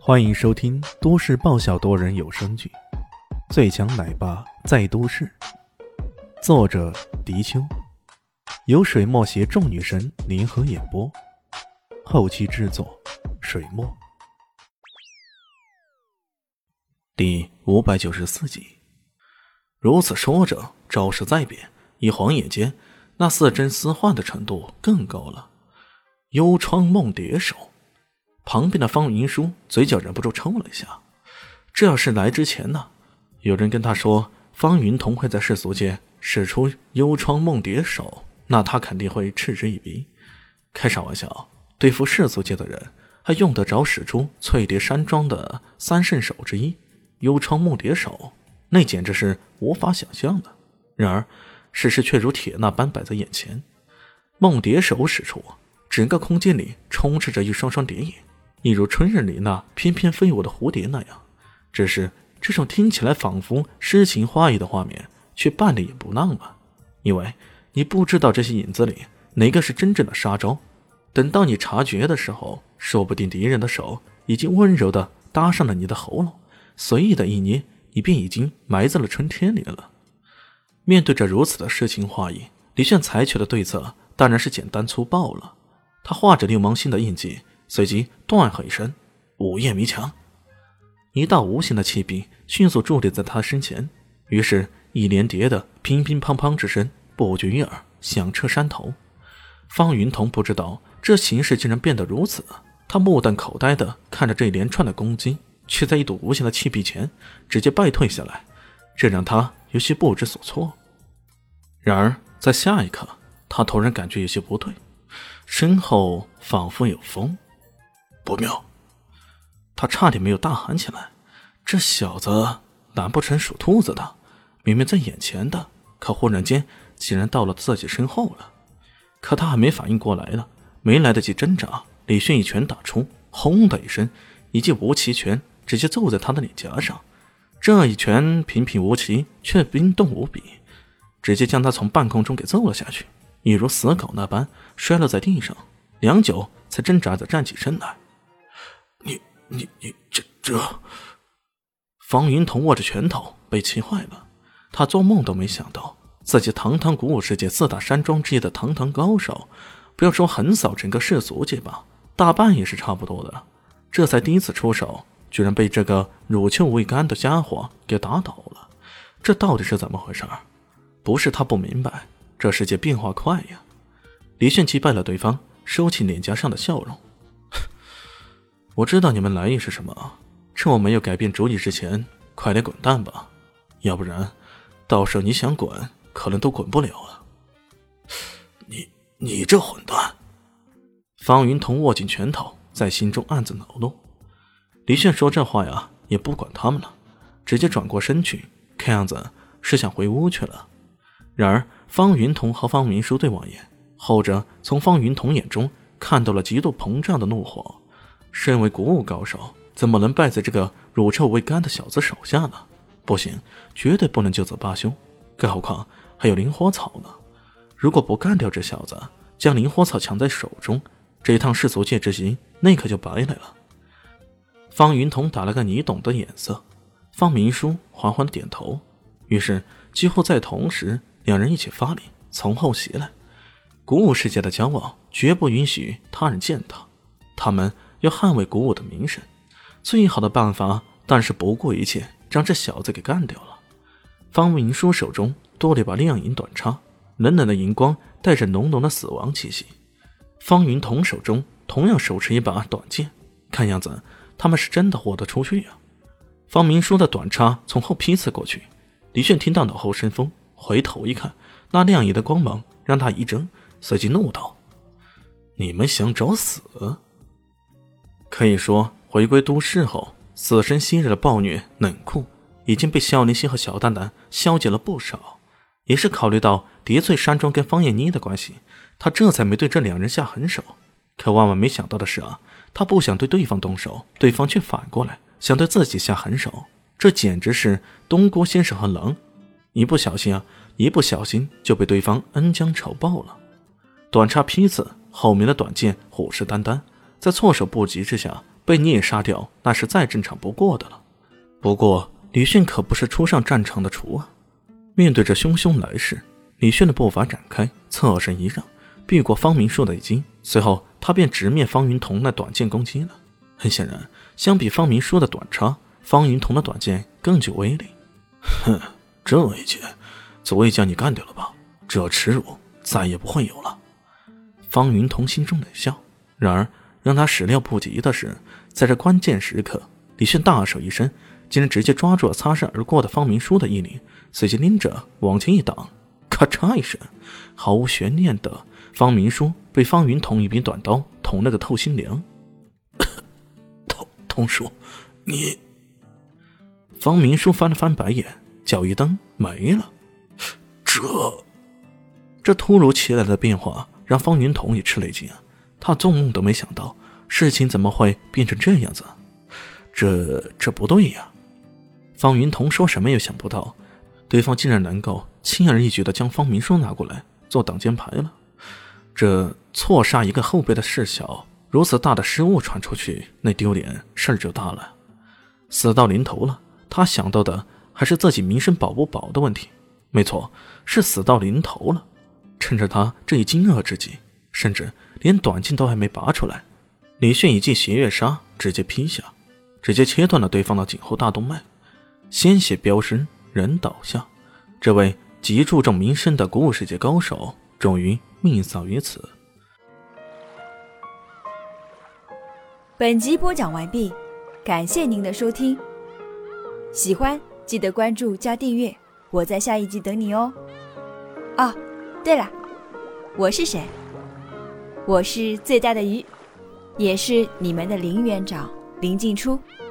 欢迎收听都市爆笑多人有声剧《最强奶爸在都市》，作者：迪秋，由水墨携众女神联合演播，后期制作：水墨。第594集。如此说着，招式再变，一晃眼间，那似真似幻的程度更高了。幽窗梦蝶手。旁边的方云舒嘴角忍不住抽了一下，这要是来之前呢，有人跟他说方云同会在世俗界使出幽窗梦蝶手，那他肯定会嗤之以鼻。开啥玩笑，对付世俗界的人还用得着使出翠蝶山庄的三圣手之一幽窗梦蝶手，那简直是无法想象的。然而事实却如铁那般摆在眼前，梦蝶手使出，整个空间里充斥着一双双蝶影，一如春日里那翩翩飞舞的蝴蝶那样。只是这种听起来仿佛诗情画意的画面却半点也不浪漫，因为你不知道这些影子里哪个是真正的杀招。等到你察觉的时候，说不定敌人的手已经温柔地搭上了你的喉咙，随意的一捏，你便已经埋在了春天里了。面对着如此的诗情画意，李炫采取的对策当然是简单粗暴了。他画着流氓星的印记，随即断喝一声：“午夜迷墙！”一道无形的气壁迅速伫立在他身前，于是一连叠的乒乒乓乓之声不绝于耳，响彻山头。方云同不知道这形势竟然变得如此，他目瞪口呆地看着这一连串的攻击，却在一堵无形的气壁前直接败退下来，这让他有些不知所措。然而在下一刻，他突然感觉有些不对，身后仿佛有风。不妙！他差点没有大喊起来，这小子难不成属兔子的？明明在眼前的，可忽然间竟然到了自己身后了。可他还没反应过来了，没来得及挣扎，李炫一拳打出，轰的一声，一记无奇拳直接揍在他的脸颊上。这一拳平平无奇，却冰冻无比，直接将他从半空中给揍了下去，一如死狗那般摔落在地上，良久才挣扎着站起身来。你这……方云同握着拳头被气坏了，他做梦都没想到自己堂堂古武世界4大山庄之一的堂堂高手，不要说横扫整个世俗界吧，大半也是差不多的，这才第一次出手，居然被这个乳臭未干的家伙给打倒了。这到底是怎么回事？不是他不明白，这世界变化快呀。李炫击败了对方，收起脸颊上的笑容。我知道你们来意是什么，趁我没有改变主意之前，快点滚蛋吧，要不然到时候你想滚可能都滚不了了。你这混蛋！方云同握紧拳头，在心中暗自恼怒。李炫说这话呀，也不管他们了，直接转过身去，看样子是想回屋去了。然而方云同和方明书对望眼，后者从方云同眼中看到了极度膨胀的怒火。身为古武高手，怎么能败在这个乳臭未干的小子手下呢？不行，绝对不能就此罢休，更何况还有灵火草呢。如果不干掉这小子，将灵火草抢在手中，这一趟世俗界之行那可就白来了。方云同打了个你懂的眼色，方明书缓缓地点头，于是几乎在同时，两人一起发力，从后袭来。古武世界的骄傲绝不允许他人践踏，他们要捍卫古武的名声，最好的办法当然是不顾一切将这小子给干掉了。方明书手中多了一把亮银短叉，冷冷的银光带着浓浓的死亡气息。方云同手中同样手持一把短剑，看样子他们是真的豁得出去啊。方明书的短叉从后劈刺过去，李炫听到脑后生风，回头一看，那亮银的光芒让他一怔，随即怒道：你们想找死？可以说回归都市后，死神昔日的暴虐冷酷已经被萧林希和小蛋蛋消解了不少，也是考虑到叠翠山庄跟方艳妮的关系，他这才没对这两人下狠手。可万万没想到的是啊，他不想对对方动手，对方却反过来想对自己下狠手，这简直是东郭先生和狼，一不小心就被对方恩将仇报了。短叉劈刺，后面的短剑虎视眈眈，在措手不及之下被你也杀掉，那是再正常不过的了。不过李迅可不是初上战场的厨啊。面对着汹汹来势，李迅的步伐展开，侧身一让，避过方明书的一击，随后他便直面方云同那短剑攻击了。很显然，相比方明书的短插，方云同的短剑更具威力。哼，这一剑足以将你干掉了吧？这耻辱再也不会有了。方云同心中冷笑，然而让他始料不及的是，在这关键时刻，李迅大手一伸，竟然直接抓住了擦身而过的方明书的衣领，随即拎着往前一挡，咔嚓一声，毫无悬念的方明书被方云同一柄短刀捅了个透心凉。同叔，你……方明书翻了翻白眼，脚一蹬，没了。这突如其来的变化让方云同也吃了一惊啊！他做梦都没想到事情怎么会变成这样子，这不对呀！方云同说什么也想不到，对方竟然能够轻而易举地将方明书拿过来做挡箭牌了。这错杀一个后辈的事小，如此大的失误传出去，那丢脸事儿就大了。死到临头了，他想到的还是自己名声保不保的问题。没错，是死到临头了。趁着他这一惊愕之际，甚至连短剑都还没拔出来，李迅一记斜月杀直接劈下，直接切断了对方的颈后大动脉，鲜血飙升，人倒下。这位极注重名声的古武世界高手终于命丧于此。 本集播讲完毕，感谢您的收听。喜欢记得关注加订阅，我在下一集等你哦。哦，对了，我是谁？我是最大的鱼，也是你们的林园长林静初。